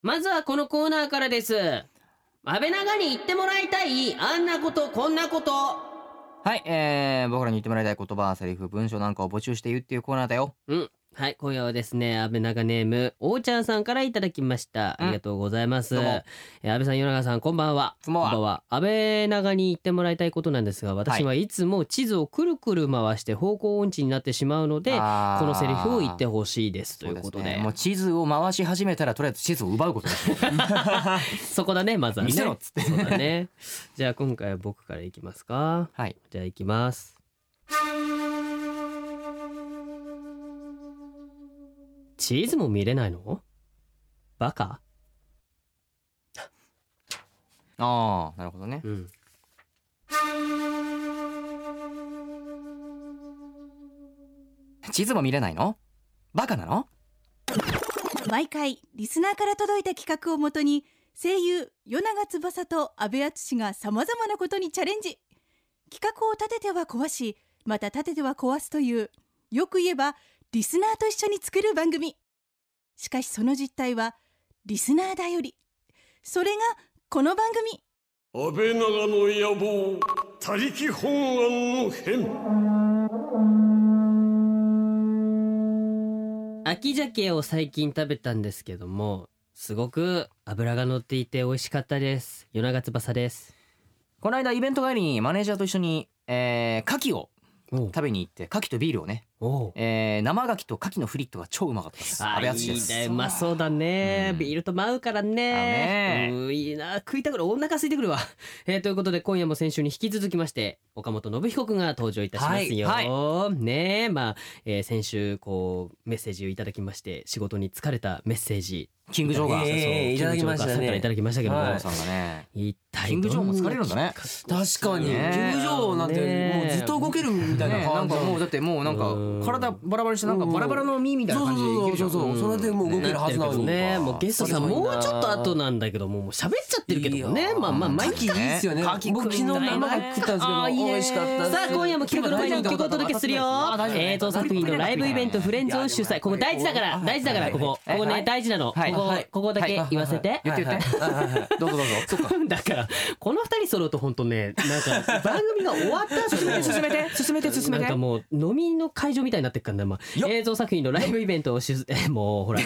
まずはこのコーナーからです。安倍長に言ってもらいたいあんなことこんなこと。 はい、僕らに言ってもらいたい言葉、セリフ、文章なんかを募集して言うっていうコーナーだよ。 はい、今夜はですね、安倍長ネームおーちゃんさんからいただきました。ありがとうございます。 どうも安倍さん、与永さん、こんばんは。 こんばんは。 安倍長に言ってもらいたいことなんですが、私はいつも地図をくるくる回して方向音痴になってしまうので、このセリフを言ってほしいですということで。 もう地図を回し始めたらとりあえず地図を奪うことです。 そこだね、まずはね。 見せろっつって。 そうだね。じゃあ今回は僕からいきますか。 はい。 じゃあいきます。地図も見れないの？バカ？ ああ、なるほどね。地図も見れないの？バカなの？ 毎回リスナーから届いた企画をもとに声優与永翼と阿部淳がさまざまなことにチャレンジ。企画を立てては壊し、また立てては壊すという、よく言えばリスナーと一緒に作る番組。しかしその実態はリスナーだより。それがこの番組、 安倍長の野望他力本願の変。 秋鮭を最近食べたんですけども、すごく脂が乗っていて美味しかったです。与永翼です。 この間イベント帰りにマネージャーと一緒に、牡蠣を食べに行って、牡蠣とビールをね、生牡蠣と牡蠣のフリットが超うまかったです。安倍淳です。 いいね、うまそうだね。ビールとも合うからね。いいな、食いたくる、お腹空いてくるわ。ということで今夜も先週に引き続きまして岡本信彦くんが登場いたしますよ。ねえ、先週こうメッセージをいただきまして、仕事に疲れたメッセージキングジョーがいただきましたね。いただきましたけども、 さんがね、 一体キングジョーも疲れるんだね。 確かにキングジョーなんてもうずっと動けるみたいななんかもうだってもうなんか体バラバラしてなんかバラバラの実みたいな感じでいけるじゃん。 そうそれでもう動けるはずなのにね。もうゲストさんもうちょっと後なんだけどもう喋っちゃってるけどもね。まあ牡蠣いいっすよね。僕昨日生牡蠣食ったんですけど美味しかった。 さあ今夜も企画の前に一曲お届けするよ。映像作品のライブイベントフレンズを主催。ここ大事だからここね大事なの。ここだけ言わせて。 言ってどうぞ。 だからこの二人揃うと本当ね、なんか番組が終わった後進めてなんかもう飲みの会場みたいになってっからね。映像作品のライブイベントをもうほら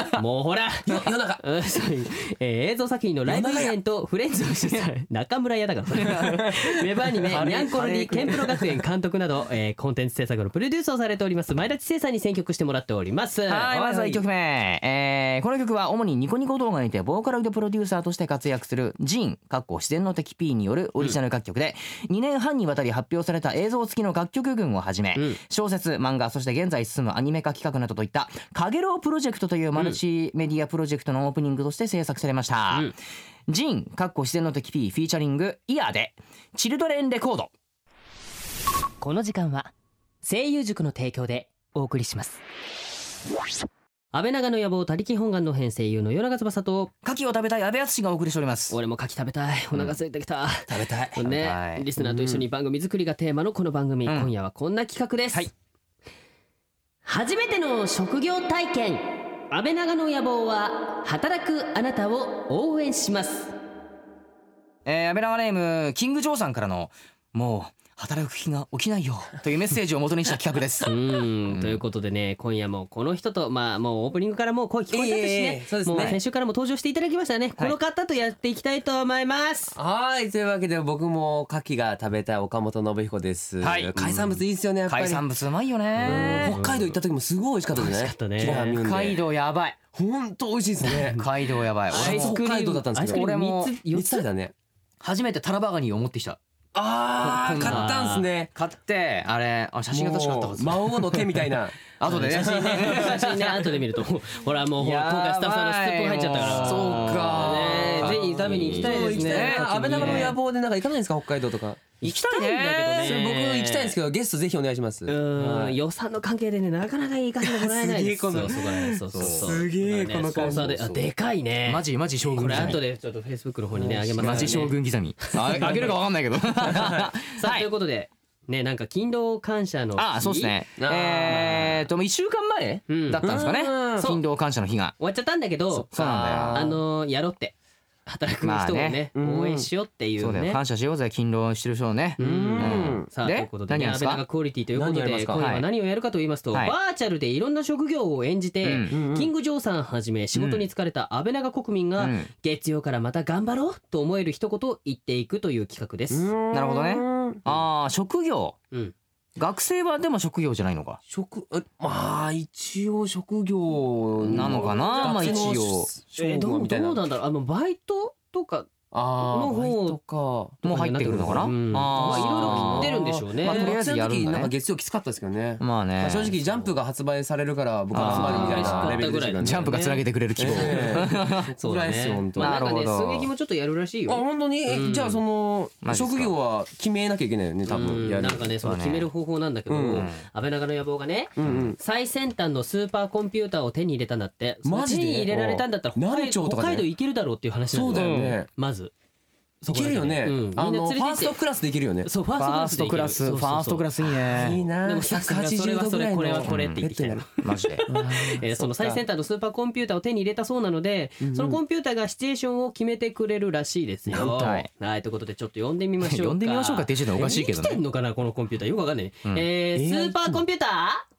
映像作品のライブイベントフレンズを主催。中村屋だからそれ。ウェブアニメニャンコロリケンプロ学園監督などコンテンツ制作のプロデュースをされております前田知世さんに選曲してもらっております。 はい、まずは1曲目、この曲は主にニコニコ動画にてボーカロイドプロデューサーとして活躍するジン自然の敵 P によるオリジナル楽曲で、2年半にわたり発表された映像付きの楽曲群をはじめ、小説、漫画、そして現在進むアニメ化企画などといったかげろうプロジェクトというマルチメディアプロジェクトのオープニングとして制作されました。ジン自然の敵 P フィーチャリングイヤーでチルドレンレコード。 この時間は声優塾の提供でお送りします。安倍長の野望他力本願の編、声優の与永翼と牡蠣を食べたい安倍淳がお送りしております。 俺も牡蠣食べたい。お腹空いてきた。 食べたいね。リスナーと一緒に番組作りがテーマのこの番組、今夜はこんな企画です。初めての職業体験、安倍長の野望は働くあなたを応援します。 安倍長ネームキングジョーさんからのもう働く気が起きないよというメッセージを元にした企画です。 ということでね、今夜もこの人ともうオープニングからもう声聞こえたしね、もう先週からも登場していただきましたね、この方とやっていきたいと思います。 はい、というわけで僕も牡蠣が食べたい岡本信彦です。海産物いいですよね。やっぱり海産物うまいよね。 北海道行った時もすごい美味しかったですね。 北海道やばい、 本当美味しいですね。 北海道やばい。 北海道だったんですけど俺も3つ食べたね。 初めてタラバガニを持ってきた。 買ったんすね。 買って写真が確かあったはず。 魔王の手みたいな。 後でね写真ね後で見るとほらもう今回スタッフさんのステップ入っちゃったから。 そうか。 ぜひ食べに行きたいですね。 安倍長の野望でなんか行かないんですか、北海道とか。 行きたいんだけどね。 僕行きたいんですけどゲストぜひお願いします。 予算の関係でねなかなか行かせてもらえないですよ。 すげえこの感じ。 でかいね。 マジ将軍。 これ後でちょっとフェイスブックの方にねあげます。 マジ将軍刻み。あげるかわかんないけど。 さあということでね、なんか勤労感謝の日。 ああそうですね。1週間前だったんですかね。勤労感謝の日が終わっちゃったんだけど、 そうなんだよ。 やろうって。働く人をね、応援しようっていうね。 そうだよ、感謝しようぜ、勤労してる人をね。 さあ、ということで、安倍長クオリティということで、今夜は何をやるかと言いますと、バーチャルでいろんな職業を演じて、キング・ジョーさんはじめ仕事に疲れた安倍長国民が月曜からまた頑張ろうと思える一言を言っていくという企画です。 なるほどね。ああ、職業。学生はでも職業じゃないのか。 まあ一応職業なのかな。まあ一応どうなんだろう。バイトとかの方とかも入ってくるのかな。 いろいろ出るんでしょうね。 とりあえずやるんだね。 なんか月曜きつかったですけどね。 まあね。 正直ジャンプが発売されるから僕は集まるみたいなレベルでしたね。 ジャンプがつなげてくれる希望。 そうですよ。 なるほど。 寸劇もちょっとやるらしいよ。 あ、本当に？じゃあその職業は決めなきゃいけないよね、多分。 なんかね、その決める方法なんだけど、安倍長の野望がね、最先端のスーパーコンピューターを手に入れたんだって。 マジで？ 手に入れられたんだったら北海道行けるだろうっていう話なんだよね。まず。 いけるよね。ファーストクラスでいけるよね。 そう、ファーストクラス。 ファーストクラスいいね。 いいな。 でも180度ぐらいの。これはこれって言ってきたの。 マジで。その最先端のスーパーコンピューターを手に入れたそうなので、そのコンピューターがシチュエーションを決めてくれるらしいですよ。はい。ということでちょっと呼んでみましょうか。 呼んでみましょうかって言ってたのおかしいけどね。 生きてんのかなこのコンピューター、よくわかんない。スーパーコンピューター。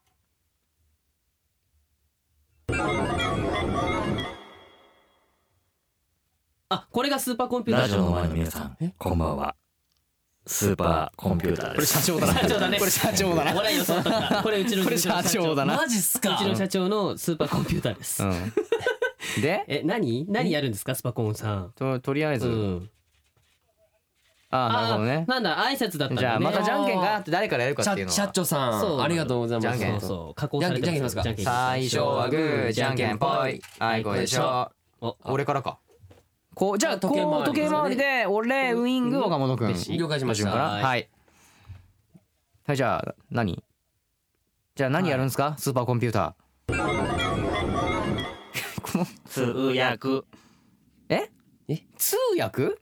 あ、これがスーパーコンピューター。 ラジオの前の皆さん、こんばんは。スーパーコンピューターです。 これ社長だな。 社長だね。 これ社長だな。 これうちの社長だな。 マジっすか。 うちの社長のスーパーコンピューターです。 で、 何やるんですかスパコンさん。 とりあえず。あ、なるほどね。 なんだ、挨拶だったんだね。 じゃあまたじゃんけんがあって誰からやるかっていうのは。 社長さん、ありがとうございます。 じゃんけん。 そう加工されてますか。 最初はグー、じゃんけんぽい。はい、これでしょ。俺からか。じゃあ時計回りで俺ウイング岡本くん了解しました。 はいはい。じゃあ何やるんですかスーパーコンピューター。 通訳。 通訳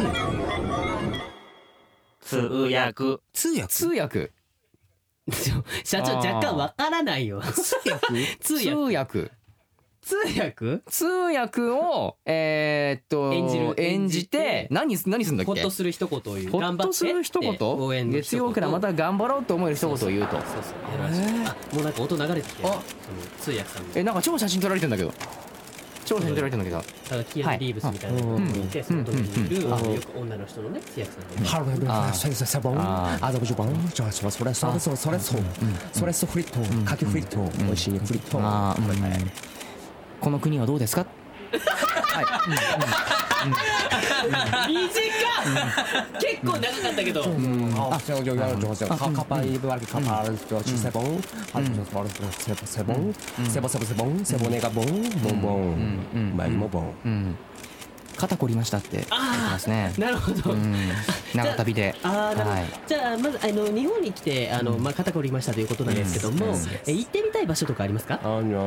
社長若干わからないよ。通訳を演じて何すんだっけ。 ホッとする一言を言う。 ホッとする一言。月曜からまた頑張ろうと思える一言を言うと。 もうなんか音流れてきて。通訳さん。 なんか超写真撮られてんだけど。キアヌ・リーブスみたいなのを見て、その時にいるよく女の人のね通訳さんが。この国はどうですか。 短っ。結構長かったけど。 肩こりましたって言ってますね。 なるほど。 長旅で。 じゃあまず日本に来て肩こりましたということなんですけども、行ってみたい場所とかありますか？ 夜中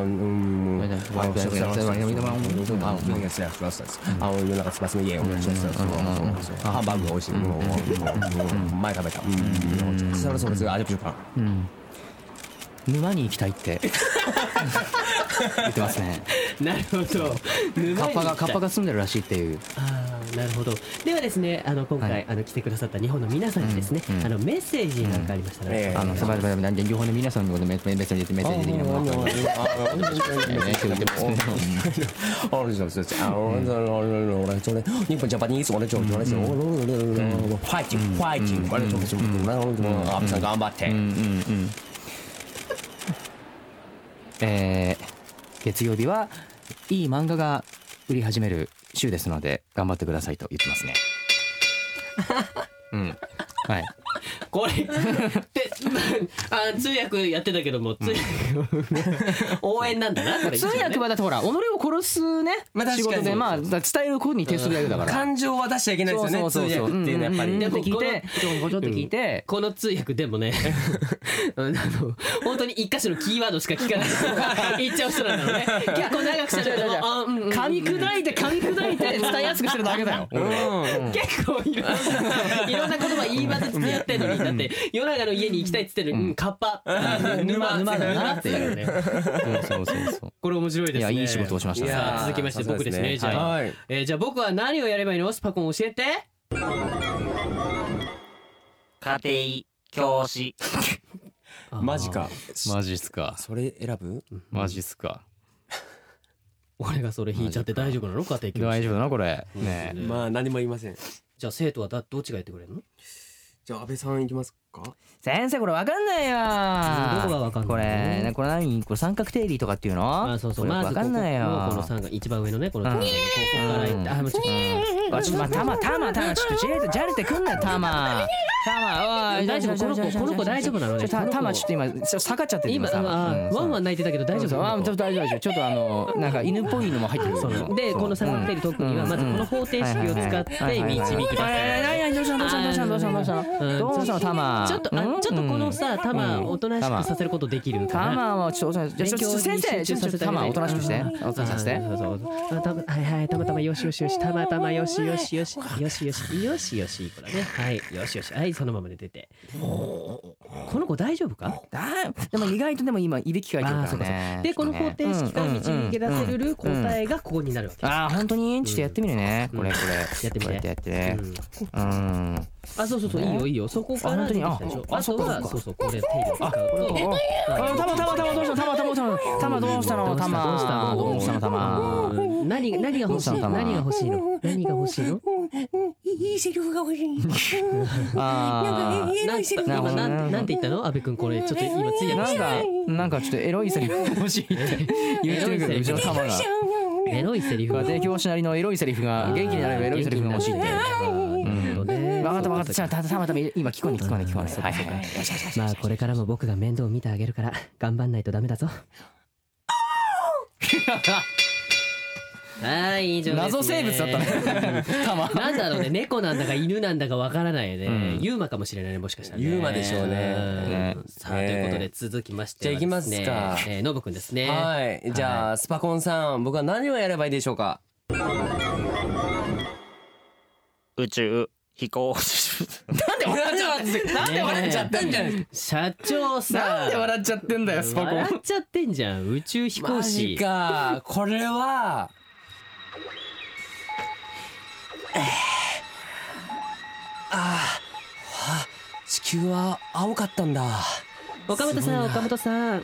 つばすの家をハンバーグが美味しい。前食べた。それ味プか。 沼に行きたいって言ってますね。 なるほど。 カッパが住んでるらしいっていう。 なるほど。ではですね、今回来てくださった日本の皆さんにですね、メッセージなんかありましたら、 日本の皆さんのメッセージ的なものを日本ジャパニーズ俺ファイティング安倍さん頑張って。 月曜日はいい漫画が売り始める週ですので頑張ってくださいと言ってますね。はい。 これって通訳やってたけども応援なんだな。 通訳はだってほら己を殺すね仕事で伝えることに徹するだけだから。 感情は出しちゃいけないですよね。通訳っていうのはやっぱり。 でもちょっと聞いてこの通訳でもね本当に一箇所のキーワードしか聞かない言っちゃう人なのね。結構長くしゃべると噛み砕いて伝えやすくしてるだけだよ。 結構いろんな言葉言い混ぜつつやってんのに、だって夜長の家に行きたいっつってるの、カッパ沼だなっていうね。 そうこれ面白いですね。 いやいい仕事をしました。 さあ続きまして僕ですね。じゃあじゃあ僕は何をやればいいの？スパコン教えて。 家庭教師。 マジか。 マジっすか。 それ選ぶ？ マジっすか。 俺がそれ引いちゃって大丈夫なの？家庭教師。 大丈夫だなこれ。ね。 まあ何も言いません。 じゃあ生徒はどっちがやってくれるの？ じゃあ安倍さんいきますか。 先生これわかんないよ。 どこがわかんない？ これ何？これ三角定理とかっていうの？ あ、そうそう。 これわかんないよ。 この三角一番上のね、このここからいって、あ、もうちょっと。 ちょっと玉ちょっとじゃれてくんな玉。おい大丈夫？この子大丈夫なのね。 玉ちょっと今下がっちゃってる今ワンワン泣いてたけど大丈夫？ 大丈夫。ちょっとなんか犬っぽいのも入ってる。 でこの三角定理解くにはまずこの方程式を使って導き出す。 どうしたの玉。 ちょっとこのさ玉おとなしくさせることできるかな。 玉をちょっと先生ちょっと玉おとなしくして。おとなしくして。 はいたまたまよしたまたまよしこれね。はいよしはいそのままで出て。この子大丈夫か？ でも意外とでも今いびきかいてるからね。 でこの方程式から導き出せる答えがここになるわけ。 本当にちょっとやってみるね。これやってみて。やってね。 そういいよそこから出てきたでしょ。あとはそうこれ定理を使うと。 玉どうしたの玉。 何が欲しいの？ いいセリフが欲しい。 なんて言ったの？阿部君これちょっと今ついやってなんかちょっとエロいセリフ欲しいって言ってるけどうちの玉がエロいセリフが家庭教師なりのエロいセリフが元気になれるエロいセリフが欲しいって。分かったじゃあたま今聞こえね。 まあこれからも僕が面倒を見てあげるから頑張んないとダメだぞ。はい以上ですね。 謎生物だったね。 なんだろうね、猫なんだか犬なんだかわからないよね。ユーマかもしれないね、もしかしたらね。 ユーマでしょうね。 さあということで続きましてじゃあ行きますか。 ノブくんですね。 はいじゃあスパコンさん僕は何をやればいいでしょうか？ 宇宙飛行なんで笑っちゃってんじゃん。 社長さなんで笑っちゃってんだよスパコン。 笑っちゃってんじゃん宇宙飛行士。 マジかこれは地球は青かったんだ。 岡本さん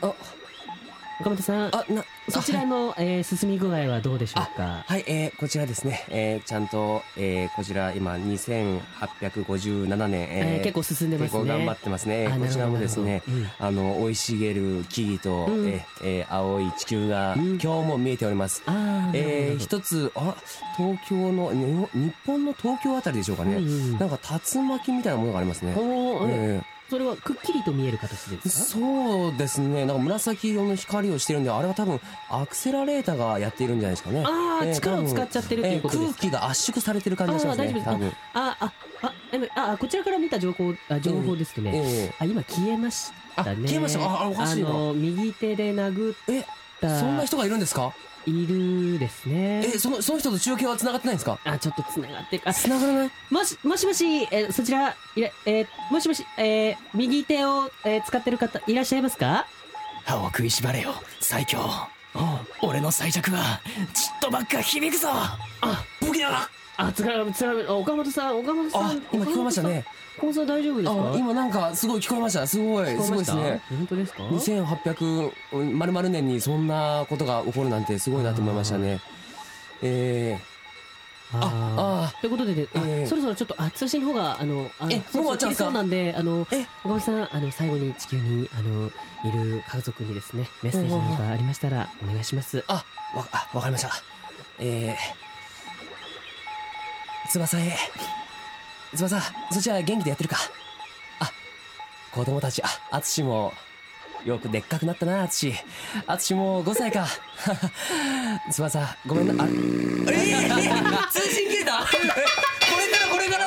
そちらの進み具合はどうでしょうか？ はい、こちらですね、ちゃんと、こちら今2857年、 結構進んでますね。 結構頑張ってますね。こちらもですね、生い茂る木々と、青い地球が、今日も見えております。一つ東京の日本の東京あたりでしょうかね。なんか竜巻みたいなものがありますね。 それはくっきりと見える形ですか？ そうですね。なんか紫色の光をしてるんで、あれは多分アクセラレーターがやっているんじゃないですかね。 力を使っちゃってるっていうことですか？ 空気が圧縮されてる感じがしますね。多分。 こちらから見た情報ですとね。今消えましたね。 消えました。おかしいな。 右手で殴ったそんな人がいるんですか？ いるですね。 その人と中継は繋がってないんですか？ ちょっと繋がって繋がらない。 もしそちらもし右手を使ってる方いらっしゃいますか？ 歯を食いしばれよ最強。俺の最弱はちっとばっか響くぞ。 武器だな。 岡本さん今聞こえましたね。 岡本さん大丈夫ですか？ 今なんかすごい聞こえました。すごいですね。 本当ですか ？2800丸々年にそんなことが起こるなんてすごいなと思いましたね。ということでね、そろそろちょっと通信の方がもう終わっちゃうんですか？ そうなんで岡本さん最後に地球にいる家族にですねメッセージなどがありましたらお願いします。 わかりました。翼、そっちは元気でやってるか？子供たち、淳もよくでっかくなったな。淳も5歳か。翼ごめんな。通信切れた。これから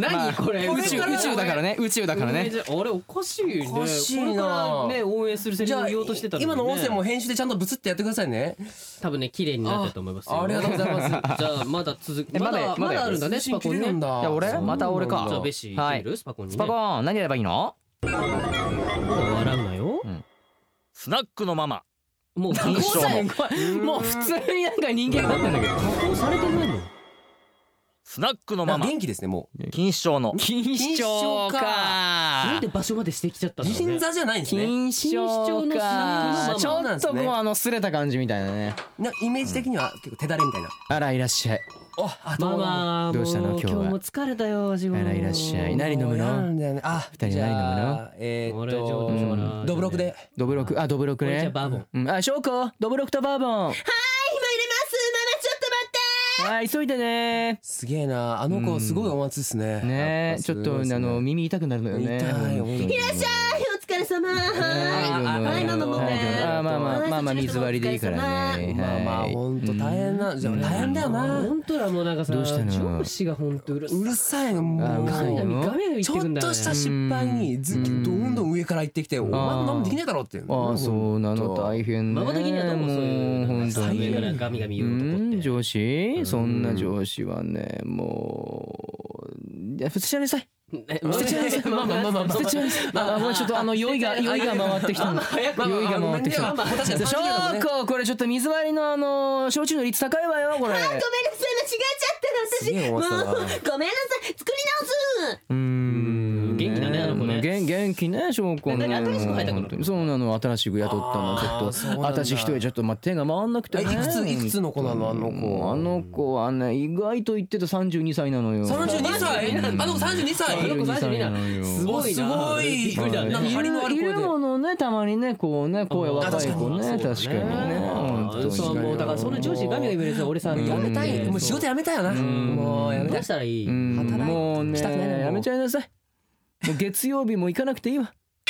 何これ宇宙だからね。宇宙だからね。 あれおかしいね。 おかしいなこれからね応援するセリフを言おうとしてたのにね。 今の音声も編集でちゃんとブツってやってくださいね。 多分ね綺麗になったと思いますよ。 ありがとうございます。 じゃあまだ続くまだあるんだねスパコンね。 じゃじゃあ俺また俺か。 じゃあベッシー行ってみるスパコンにね。 スパコン何やればいいの？ 笑うなよ。 スナックのママ。 もう加も工されう普通になんか人間になってんだけど。 加工されてないの。 スナックのママ。 元気ですねもう。 錦糸町の。 錦糸町なかんで場所までしてきちゃったんだろうね。 銀座じゃないんですね。 錦糸町か。ちょっとこう擦れた感じみたいなね。 イメージ的には結構手だれみたいな。 あらいらっしゃい。 ママどうしたの今日は今日も疲れたよ仕事。 あらいらっしゃい。何飲むなの？ んだよね。あ、 二人何飲むの？ 俺ちょっとしょうがないドブロクで。 ドブロク。あドブロクね。 これじゃバーボン。 うんあ翔子ドブロクとバーボン。 今入れます。ママちょっと待って。 はい急いでね。 すげえな。あの子すごいお待ちですね。 ねちょっと耳痛くなるのよね。 痛い本当に。 いらっしゃい。お疲れ様。はいママもね。 あまあ水割りでいいからね。 まあ本当大変なじゃ大変だよな。 本当だもうなんかさどうしたの上司が本当うるさい。 うるさいのもう。 うるさいのガミガミ言っちょってくんだよね。 とした失敗にどんどん上から言ってきて、お前も何もできないだろうって。 ああそうなの大変ね。 ママ的にはどうもそういう本当に上からガミガミ言う男って。 上司そんな上司はねもう捨てちゃいなさい。捨てちゃいなさい。捨てちゃいなさい。あもうちょっと酔いが回ってきたの。酔いが回ってきた。翔子これちょっと水割りの焼酎の率高いわよこれ。 ごめんなさい間違えちゃったすげえの私。 思ってたわもうごめんなさい作り直す。 元気だねあの子ね。 元気ね翔子ね。 新しく入った子本当にそうなの新しく雇ったのちょっと私一人ちょっと手が回んなくてね。 いくつの子なのあの子。 あの子はね意外と言ってた32歳なのよ。 32歳？あの子32歳？ あの子32なのよ。すごいな。 すごいびっくりだね。 なんか張りのある声でいるものねたまにねこうね声若い子ね確かにね本当に。 そうもうだからその上司ガミガミ言われて俺さやめたい。もう仕事やめたいよな。もうやめたいどうし。たらいい？ もうねしたくないなもうやめちゃいなさい。もう月曜日も行かなくていいわ。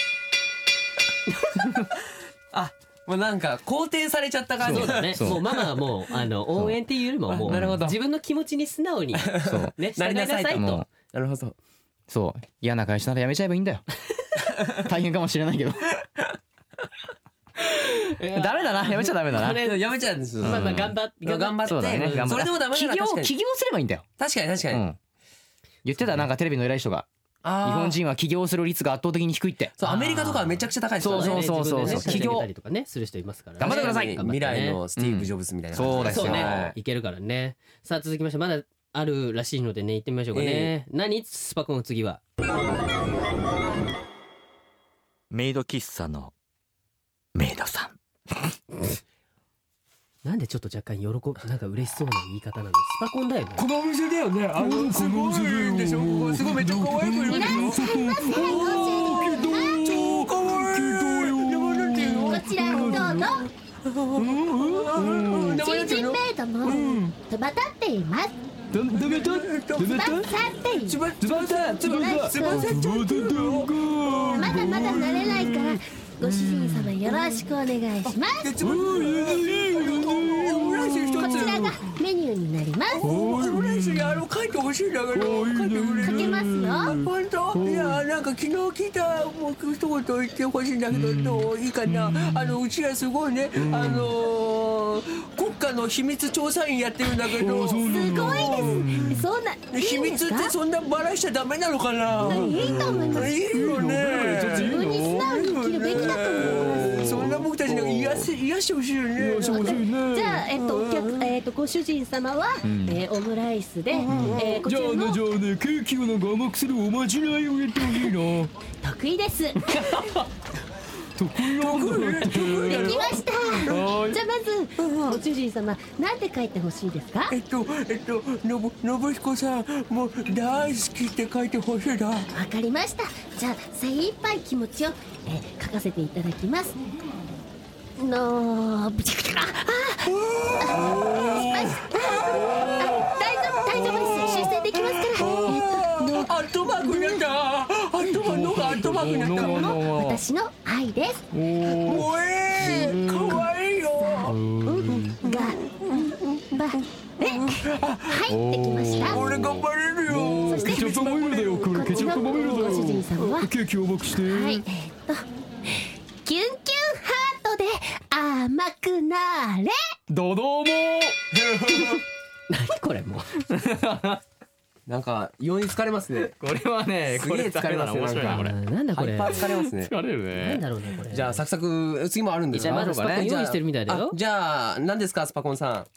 もうなんか肯定されちゃった感じ。 そうだね。 そうもうママはもう応援っていうよりももうなるほど自分の気持ちに素直にそうね従いなさいと。 もうなるほど。 そう嫌な会社なら辞めちゃえばいいんだよ。大変かもしれないけど。ダメだなやめちゃダメだな。 やめちゃうんですよ。 まあ頑張って頑張って。 そうだね頑張ってそれでもダメなら確かに。 起業すればいいんだよ。 確かに確かに。 言ってたなんかテレビの偉い人が日本人は起業する率が圧倒的に低いって。 そうアメリカとかはめちゃくちゃ高いですからね。 そう起業たりとかねする人いますから。 頑張ってください。 未来のスティーブ・ジョブズみたいな。 そうですよ。 そうねいけるからね。さあ続きましてまだあるらしいのでね行ってみましょうかね。何スパコン次は。 メイド喫茶のメイドさん。 なんでちょっと若干なんか嬉しそうな言い方なの。スパコンだよね。 このお店だよね。すごいでしょ。すごいめっちゃ可愛い子いるでしょ。超可愛い。でもなんていうの？ こちらどうぞ。新人メイドのつばたっています。つばさっています。まだまだ慣れないからご主人様よろしくお願いします。こちらがメニューになります。 書いてほしいんだけど。 かけますよ。 本当？いやなんか昨日聞いたもう一言言ってほしいんだけどどういいかな。うちはすごいね国家の秘密調査員やってるんだけど。 すごいです。そんな秘密ってそんなバラしちゃダメなのかな。 いいと思います。 いいよね。 自分に素直に生きるべきだと思います。 そんな僕たちの癒してほしいよね。 じゃあご主人様はオムライスでこちらのじゃあねケーキをなんか甘くするおまじないをやってほしいな。 得意です。 得意なんだって。 できました。じゃあまずご主人様なんて書いてほしいですか？ 信彦さんもう大好きって書いてほしいな。 わかりました。じゃあ精一杯気持ちを書かせていただきます。大丈夫です。修正できますから。 アットマークになった。アットマークになった。 私の愛です。 かわいいよ。 はいできました。 俺頑張れるよ。 そしてケチャップまみれだよ。これケチャップまみれだよ。 ご主人様はケーキを甘くして。 はいキュンキュンハートで甘くなれ。 どどうも。 何これもうなんか容易疲れますね。 これはね、 すげえ疲れますね。 面白いなこれ。 なんだこれハイパー疲れますね。 疲れるね。 なんだろうねこれ。 じゃあサクサク次もあるんですか。 じゃあまだスパコン用意してるみたいだよ。 じゃあ何ですかスパコンさん。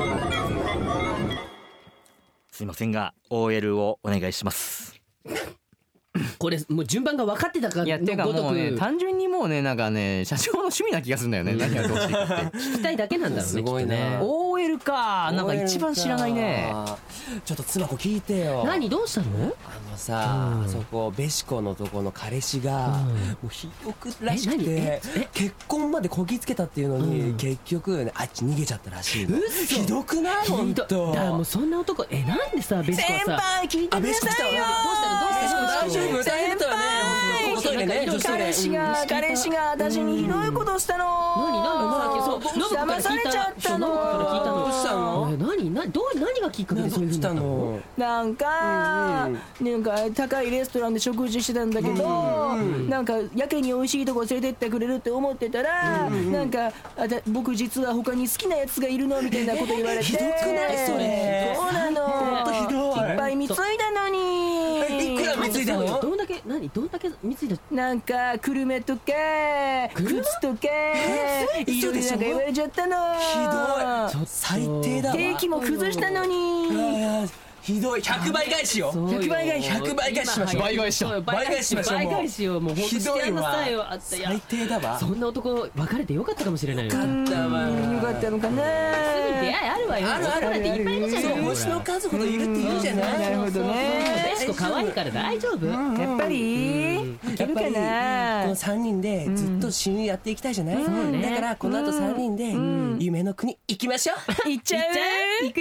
すいませんが OL をお願いします。 これもう順番が分かってたかいやてかのごとくもうね、単純にもうね、なんかね、社長の趣味な気がするんだよね。何がどうしていくって聞きたいだけなんだろうね。 すごいなきっとね。 OL か、なんか一番知らないね。 ちょっと妻子聞いてよ。 何どうしたの？ あのさ、あそこベシコのとこの彼氏がもうひどくらしくて結婚までこぎつけたっていうのに結局あっち逃げちゃったらしいの。ひどくない？ほんとだからもうそんな男なんでさベシコはさ聞いてくださいよ。 大丈夫大丈夫だよね。トイレね。 彼氏が私にひどいことしたの。騙されちゃったの。 どうしたの？ 何がきっかけでそういう風になったの？ なんか高いレストランで食事してたんだけど、なんかやけに美味しいとこ連れてってくれるって思ってたら、なんか僕実は他に好きなやつがいるのみたいなこと言われて。 ひどくないそれ？ そうなの。 ほんとひどい。 いっぱい貢いだのに。 いくら貢いだの？ どんだけ貢いだ？ なんか久留米とか靴とかいろいろなんか言われちゃったの。 ひどい。最低だわ。 ケーキも崩したのに。 ひどい。100倍返しよ。100倍返ししましょう。 倍返しましょう。倍返しよ。もうひどいわ。 最低だわ。 そんな男別れてよかったかもしれないよ。 よかったのかな。 すぐ出会いあるわよ。 あるいっぱいいるじゃない。 星の数ほどいるって言うじゃない。 なるほどね。 ベシコ可愛いから大丈夫。 やっぱりいけるかな。 この3人でずっと親友やっていきたいじゃない。だからこの後3人で夢の国行きましょう。 行っちゃう。 行く。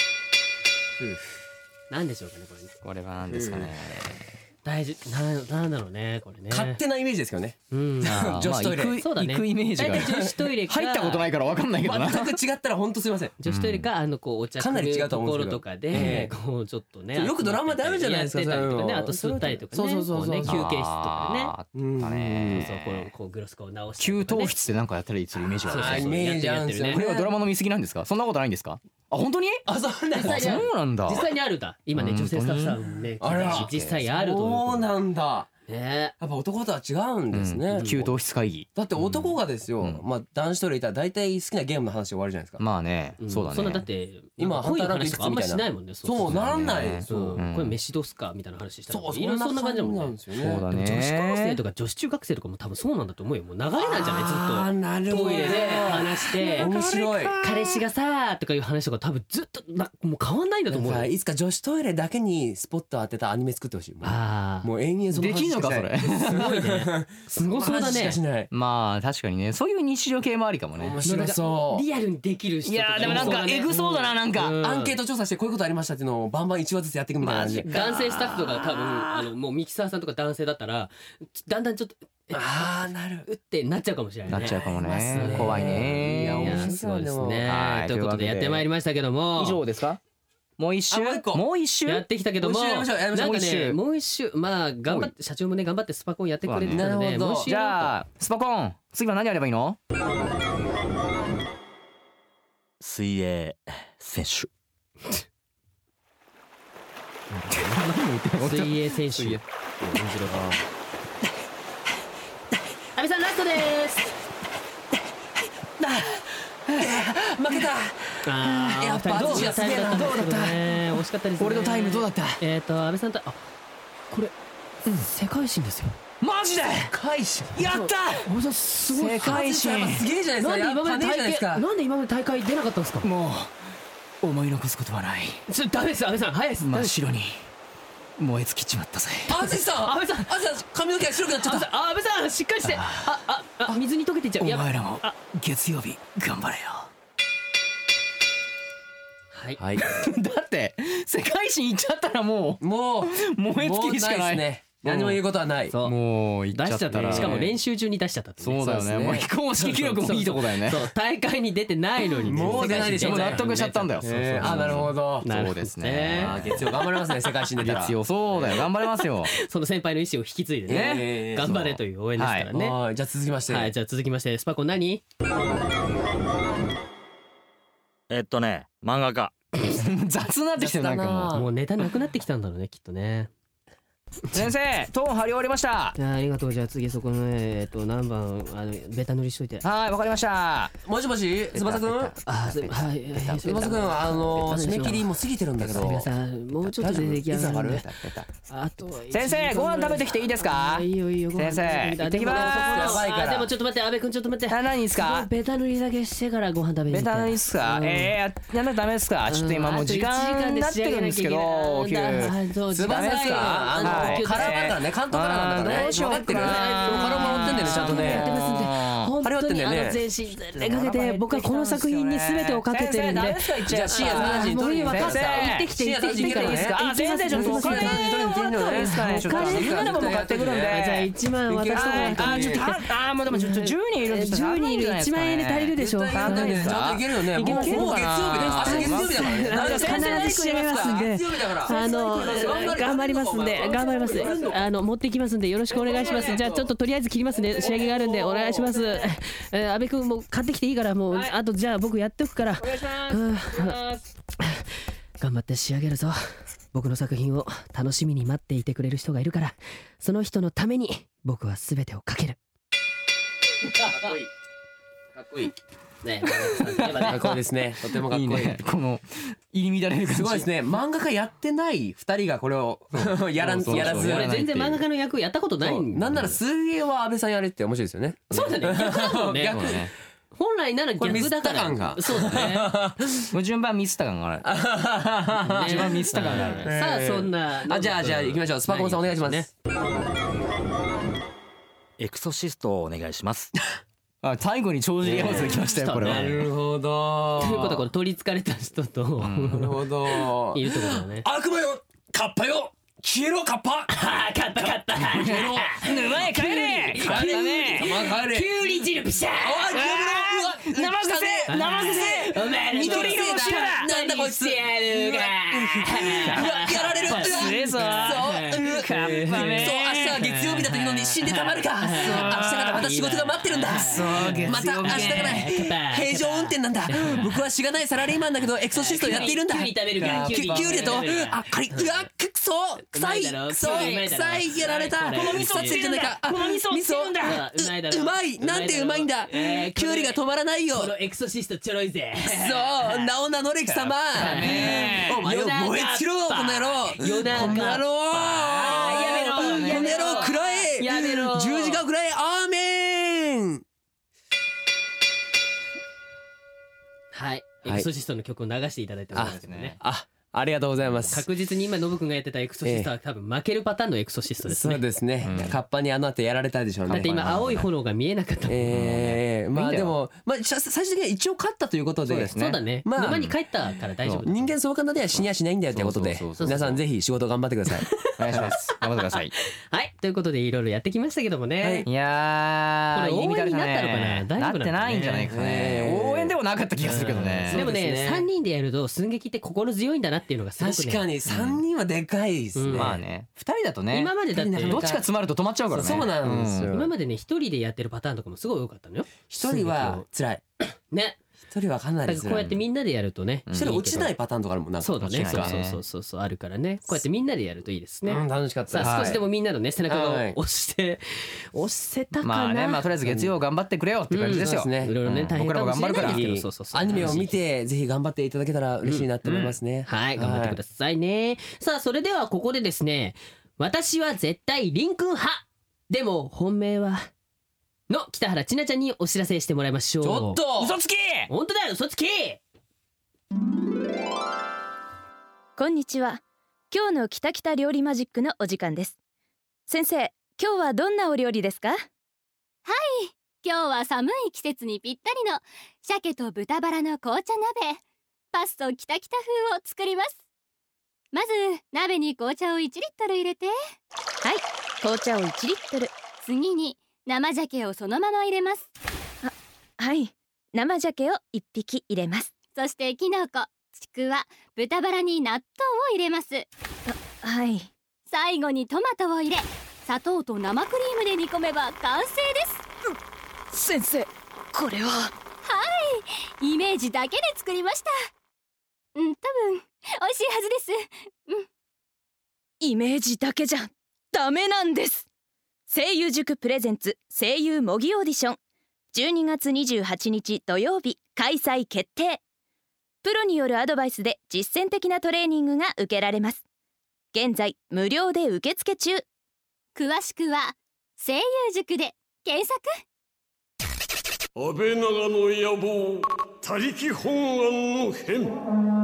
なんでしょうかねこれね。 これは何ですかね。 大事なんだろうねこれね。 勝手なイメージですよね。 女子トイレ。 そうだね。 行くイメージが。 大体女子トイレか入ったことないから分かんないけどな。 全く違ったら本当すいません。 女子トイレかこうお茶かなり違うと思ところうんですけどとかでこうちょっとね。 よくドラマであるじゃないですか。 やってたりとかね。あと吸ったりとかね。 そう休憩室とかね。 そうこうグラスこう直して。 給湯室でなんかやったりするイメージがある。 イメージあるんですよ。 これはドラマの見過ぎなんですか。そんなことないんですか。あ本当に？ あそうなんだ。 そうなんだ。 実際にあるんだ。今ね女性スタッフさんね実際あるという。 そうなんだ。 ね、 やっぱ男とは違うんですね。 給湯室会議。 だって男がですよ、まあ男子トイレいたら大体好きなゲームの話で終わるじゃないですか。 まあね、そうだね。 そんなだって今恋の話とかあんましないもんね。 そうならない。 そうこれ飯どうすかみたいな話したら。 そうそんな感じなんですよね。 そうだね。 女子高生とか女子中学生とかも多分そうなんだと思うよ。もう流れなんじゃないずっと。 あなるほど。 トイレで話して面白い。 彼氏がさとかいう話とか多分ずっともう変わんないんだと思うよ。 いつか女子トイレだけにスポット当てたアニメ作ってほしい。もう延々そのできんのかそれ。 すごいね。すごそうだね。 まあ確かにね、そういう日常系もありかもね。 面白そう。 リアルにできる人。 いやでもなんかエグそうだな。なんかアンケート調査してこういうことありましたっていうのをバンバン1話ずつやっていくみたいな感じ。 男性スタッフとか多分もうミキサーさんとか男性だったらだんだんちょっとなるってなっちゃうかもしれないね。 なっちゃうかもね。怖いね。 いやそうですね。ということでやってまいりましたけども。 以上ですか。もう一周やってきたけども、なんかねもう一周まあ頑張って社長もね頑張ってスパコンやってくれてたので、もう一周じゃあスパコン次は何やればいいの？ 水泳選手。 水泳選手。安倍さんラストです。 負けた。 やっぱどうだった？惜しかったですね。 俺のタイムどうだった？ 安倍さんこれ世界新ですよ。 マジで？ 世界新。やった。 すごい。 世界新。 すげえじゃないですか。 なんで今まで大会出なかったんですか？ もう思い残すことはない。 ダメです安倍さん早いです。 真っ白に燃え尽きちまったぜ。 安倍さん髪の毛が白くなっちゃった。 安倍さんしっかりして。水に溶けていっちゃう。 お前らも月曜日頑張れよ。 はい。 だって世界新行っちゃったらもう燃え尽きるしかない。 何も言うことはない。 そうもう出しちゃったら、しかも練習中に出しちゃったってね。 そうだよね。もう非公式記録もいいとこだよね。 そう大会に出てないのにね、 もう出ないでしょ。 もう納得しちゃったんだよ。 あ、なるほど。 そうですね。 月曜頑張りますね、世界新出たら。 月曜そうだよ、頑張りますよ。 その先輩の意思を引き継いでね、頑張れという応援ですからね。 じゃあ続きまして。 はい、じゃあ続きましてスパコン何？ 漫画家。 雑になってきてる。なんかもうネタなくなってきたんだろうね、きっとね。 先生トーン貼り終わりました。 ありがとう。じゃあ次そこの何番ベタ塗りしといて。 はい、わかりました。 もしもし、翼くん。 はい、 翼くん、締め切りもう過ぎてるんだけど。 皆さんもうちょっとで出来上がるんで。あと先生ご飯食べてきていいですか？ いいよいいよ。 先生行ってきます。 でもちょっと待って、阿部くんちょっと待って。 何ですか？ ベタ塗りだけしてからご飯食べる。 ベタ塗りですか？やんなきゃダメですか？ちょっと今もう時間になってるんですけど、お昼。ダメですか？ カラーだからね、関東カラーなんだからね。 どうしようかな。 カラーも乗ってんだよね、ちゃんとね。 本当に全身でかけて、僕はこの作品に全てをかけてるんで。 じゃあ深夜3時に取りに分かった。行ってきて行ってきてからね。 先生ちょっとお金もらっていいですかね。お金みんなでも買ってくるんで。じゃあ 1万渡しとかないと。 もうでもちょっと10人いるんです。 10人いる。1万円で足りるでしょ。 ちゃんといけるよね。もう月曜日だ。明日月曜日だからね。 必ず仕上げますんで、頑張りますんで、頑張ります。持ってきますんでよろしくお願いします。じゃあちょっととりあえず切りますね。仕上げがあるんでお願いします。阿部くんも買ってきていいから、もうあとじゃあ僕やっておくから。お願いします。頑張って仕上げるぞ。僕の作品を楽しみに待っていてくれる人がいるから、その人のために僕は全てをかける。 かっこいい。かっこいい。 ね、 かっこいいですね。とてもかっこいい。 この入り乱れる感じ。 すごいですね。漫画家やってない2人がこれをやらず。 俺全然漫画家の役やったことないんだ。 なんなら水泳は安倍さんやれって面白いですよね。 そうだね。逆だもんね。本来なら逆だから。そうだね。 もう順番ミスった感がある。順番ミスった感がある。 さあそんな。 じゃあ行きましょう。スパコンさんお願いします。 エクソシストをお願いします。 最後に帳尻合わせてきましたよこれは。 なるほど。 ということはこの取りつかれた人となるほどいるってことだね。 悪魔よ、カッパよ、消えろカッパ。 勝った沼へ帰れ。 帰れ。 キュウリ汁ピシャー。 生せお前緑色の塩だ。 なんだこいつ。 やるが。 やられる。 すげえぞ。 そう、明日は月曜日だというのに死んでたまるか。明日からまた仕事が待ってるんだ。また明日から平常運転なんだ。僕はしがないサラリーマンだけどエクソシストやっているんだ。 キュウリ食べるから。 キュウリだとカリ、うわくそ臭いやられた。 この味噌ついてるんだ。この味噌ついてるんだ。 うまい、なんてうまいんだ。キュウリが止まらないよ。 このエクソシストちょろいぜ。 そう、名を名乗れ貴様。お前よ、燃え尽きろこの野郎。この野郎。この野郎くらえ。 やめろ。 十字架くらえ。アーメン。 はい、エクソシストの曲を流していただいてますね。 ありがとうございます。 確実に今ノブ君がやってたエクソシストは多分負けるパターンのエクソシストですね。 そうですね。カッパにあの後やられたでしょうね。 だって今青い炎が見えなかった。 まあでも最終的には一応勝ったということで。 そうだね。沼に帰ったから大丈夫。 人間そう簡単では死にはしないんだよということで、皆さんぜひ仕事頑張ってください。 お願いします。頑張ってください。 はい、ということでいろいろやってきましたけどもね。 いやこれ応援になったのかな。大丈夫なってないんじゃないかね。応援でもなかった気がするけどね。 でもね、3人でやると寸劇って心強いんだなっていうのがすごくね。 確かに3人はでかいですね。 まあね、2人だとね、 今までだってどっちか詰まると止まっちゃうからね。 そうなんですよ。 今までね1人でやってるパターンとかもすごい多かったのよ。 1人は辛いね。 1人はかなり辛い。 こうやってみんなでやるとね、 1人落ちないパターンとかもなんかそうだね。そうあるからね。こうやってみんなでやるといいですね。 楽しかった。 さあ少しでもみんなのね背中が押せたかな。 まあね、まあとりあえず月曜頑張ってくれよって感じですよ。 いろいろね大変かもしれないけど、 アニメを見てぜひ頑張っていただけたら嬉しいなって思いますね。 はい、頑張ってくださいね。さあそれではここでですね、私は絶対リンくん派でも本命はの北原千奈ちゃんにお知らせしてもらいましょう。 ちょっと嘘つき。 本当だよ、嘘つき。 こんにちは。今日のきたきた料理マジックのお時間です。先生、今日はどんなお料理ですか？ はい、今日は寒い季節にぴったりの鮭と豚バラの紅茶鍋、パストきたきた風を作ります。まず鍋に紅茶を1リットル入れて、 はい、 紅茶を1リットル。 次に生鮭をそのまま入れます。 はい、生鮭を1匹入れます。 そしてキノコ、ちくわ、豚バラに納豆を入れます。 はい。 最後にトマトを入れ、砂糖と生クリームで煮込めば完成です。 先生、これは。 はい、イメージだけで作りました。多分美味しいはずです。 イメージだけじゃダメなんです。声優塾プレゼンツ声優模擬オーディション、12月28日土曜日開催決定。プロによるアドバイスで実践的なトレーニングが受けられます。現在無料で受付中。 詳しくは声優塾で検索。 安倍長の野望、他力本願の変。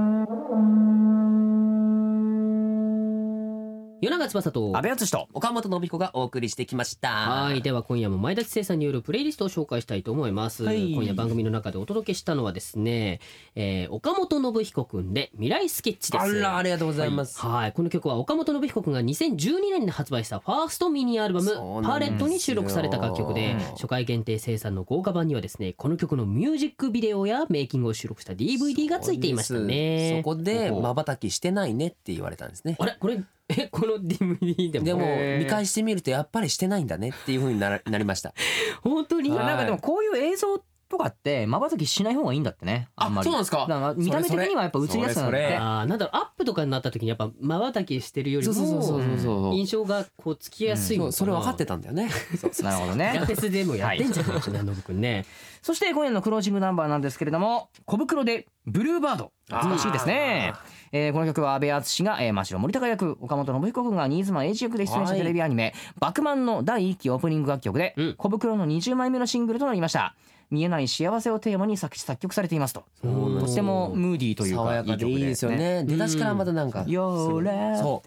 与永翼と安倍敦と岡本信彦がお送りしてきました。 はい、では今夜も前田知世さんによるプレイリストを紹介したいと思います、今夜番組の中でお届けしたのはですね、岡本信彦くんで未来スケッチです。 あら、ありがとうございます。 はい、この曲は岡本信彦くんが2012年に発売したファーストミニアルバムパーレットに収録された楽曲で、初回限定生産の豪華版にはですね、この曲のミュージックビデオやメイキングを収録した DVD がついていましたね。 そこで瞬きしてないねって言われたんですね。 あれ、これこの DVD でもでも見返してみるとやっぱりしてないんだねっていう風になりました。 本当に、 なんかでもこういう映像とかって瞬きしない方がいいんだってね。あんまり。 そうなんですか。 だから見た目的にはやっぱ映りやすくなって。 なんだろう、アップとかになった時にやっぱ瞬きしてるよりも印象がこうつきやすいのかな。 それ分かってたんだよね。 なるほどね。 ラテスでもやってんじゃないかな、ノブくんね。 そして今夜のクロージングナンバーなんですけれども、小袋でブルーバード、懐かしいですね。この曲は安倍敦が真城森高役、岡本信彦君が新妻英二役で出演したテレビアニメバクマンの第1期オープニング楽曲で、小袋の20枚目のシングルとなりました。見えない幸せをテーマに作曲されていますと。とってもムーディーというか爽やかでいいですよね。出だしからまたなんかそう。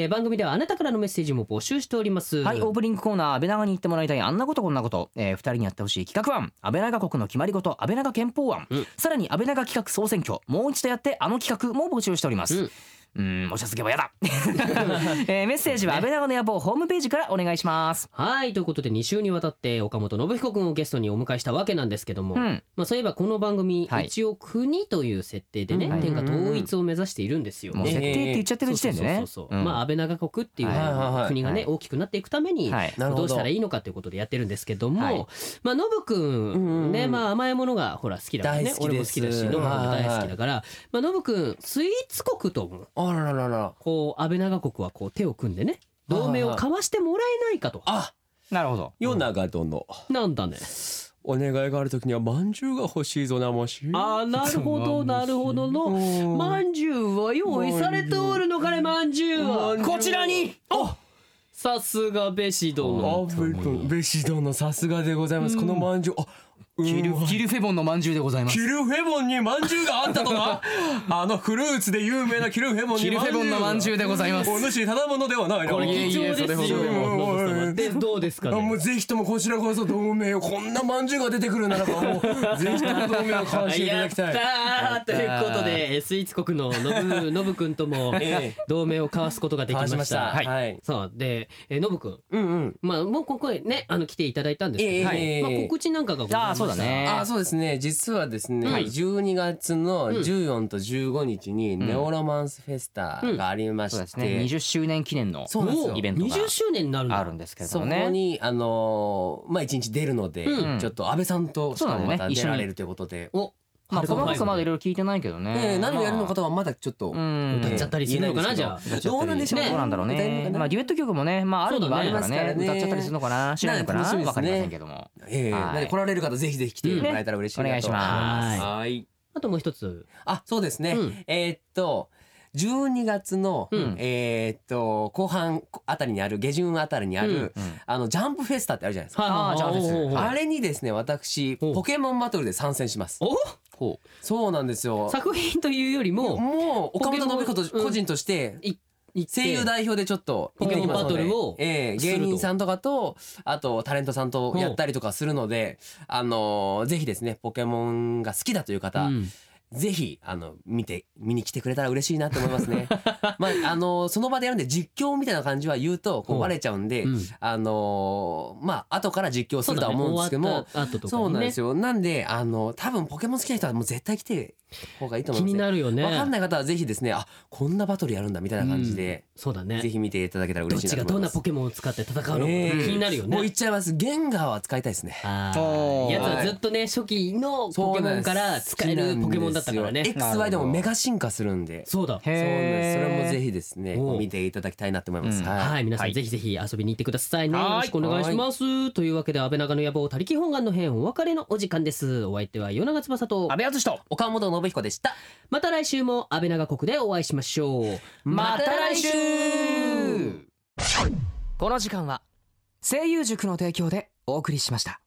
番組ではあなたからのメッセージも募集しております。 はい、オープニングコーナー安倍長に言ってもらいたいあんなことこんなこと、2人にやってほしい企画案、安倍長国の決まり事、安倍長憲法案、さらに安倍長企画総選挙、もう一度やってあの企画も募集しております。お茶すけばやだメッセージは安倍長の野望ホームページからお願いします。 はい、ということで2週にわたって岡本信彦君をゲストにお迎えしたわけなんですけども、そういえばこの番組、一応国という設定でね、天下統一を目指しているんですよ。 もう設定って言っちゃってる時点でね、 安倍長国っていう国がね大きくなっていくためにどうしたらいいのかということでやってるんですけども、ノブ君ね、甘いものがほら好きだからね、俺も好きだしノブ君も大好きだから、ノブ君スイーツ国とこう安倍長国はこう手を組んでね、同盟を交わしてもらえないかと。 なるほど。 与永殿、 なんだね、 お願いがあるときには饅頭が欲しいぞな、もし。 なるほどなるほどの、饅頭は用意されておるのかね。饅頭はこちらに。さすがベシ殿。 ベシ殿さすがでございます。この饅頭、 キルフェボンの饅頭でございます。 キルフェボンに饅頭があったとな。フルーツで有名なキルフェボンにの饅頭でございます。 お主ただものではないな。 これ貴重ですよ。でどうですかね。 もうぜひともこちらこそ同盟を、こんな饅頭が出てくるならばもうぜひとも同盟を交わしていただきたい。 やったーということでスイーツ国のノブくんとも同盟を交わすことができました。はい。そうでノブくん、もうここへね来ていただいたんですけど、告知なんかがございます。 そうだね。 そうですね。実はですね、12月の14と15日にネオロマンスフェスタがありまして、 20周年記念のイベントが 20周年になるあるんですけどね。 そこに1日出るので、ちょっと安倍さんとしかもまた出られるということで。 そのことまだいろいろ聞いてないけどね。 何をやるのかとはまだちょっと歌っちゃったりするのかな。じゃあどうなんでしょうね。 どうなんだろうね。デュエット曲もね、あるにはあるからね、歌っちゃったりするのかな、知らないのかな、わかりませんけども。 来られる方ぜひぜひ来てもらえたら嬉しいなと。お願いします。はい。 あともう一つ。 そうですね。12月の後半あたりにある、下旬あたりにあるジャンプフェスタってあるじゃないですか。あれにですね、私ポケモンバトルで参戦します。そうなんですよ。 作品というよりももう岡本信彦個人として声優代表でちょっとポケモンバトルを芸人さんとかとあとタレントさんとやったりとかするので、ぜひですねポケモンが好きだという方、 ぜひ見に来てくれたら嬉しいなと思いますね。まあその場でやるんで実況みたいな感じは言うとこうバレちゃうんで、 うんまあ後から実況するとは思うんですけども、 終わった後とかにねそうなんですよ。なんで多分ポケモン好きな人はもう絶対来て方がいいと思い気ますね。 になるよね。 わかんない方はぜひですね、あ、こんなバトルやるんだみたいな感じで、 そうだね。 ぜひ見ていただけたらどっちが嬉しいなと思います。 どんなポケモンを使って戦うのか気になるよね。 もう言っちゃいます。ゲンガーは使いたいですね。 やつはずっとね初期のポケモンから使えるポケモンだったからね。 XY でもメガ進化するんで、 そうだ。 そうなんです。それもぜひですねおう見ていただきたいなと思います。 はい、皆さんぜひぜひ遊びに行ってくださいね。よろしくお願いします。というわけで安倍長の野望他力本願の編お別れのお時間です。お相手は与永翼と安倍敦と岡本信彦でした。 また来週も安倍長国でお会いしましょう。 また来週。この時間は声優塾の提供でお送りしました。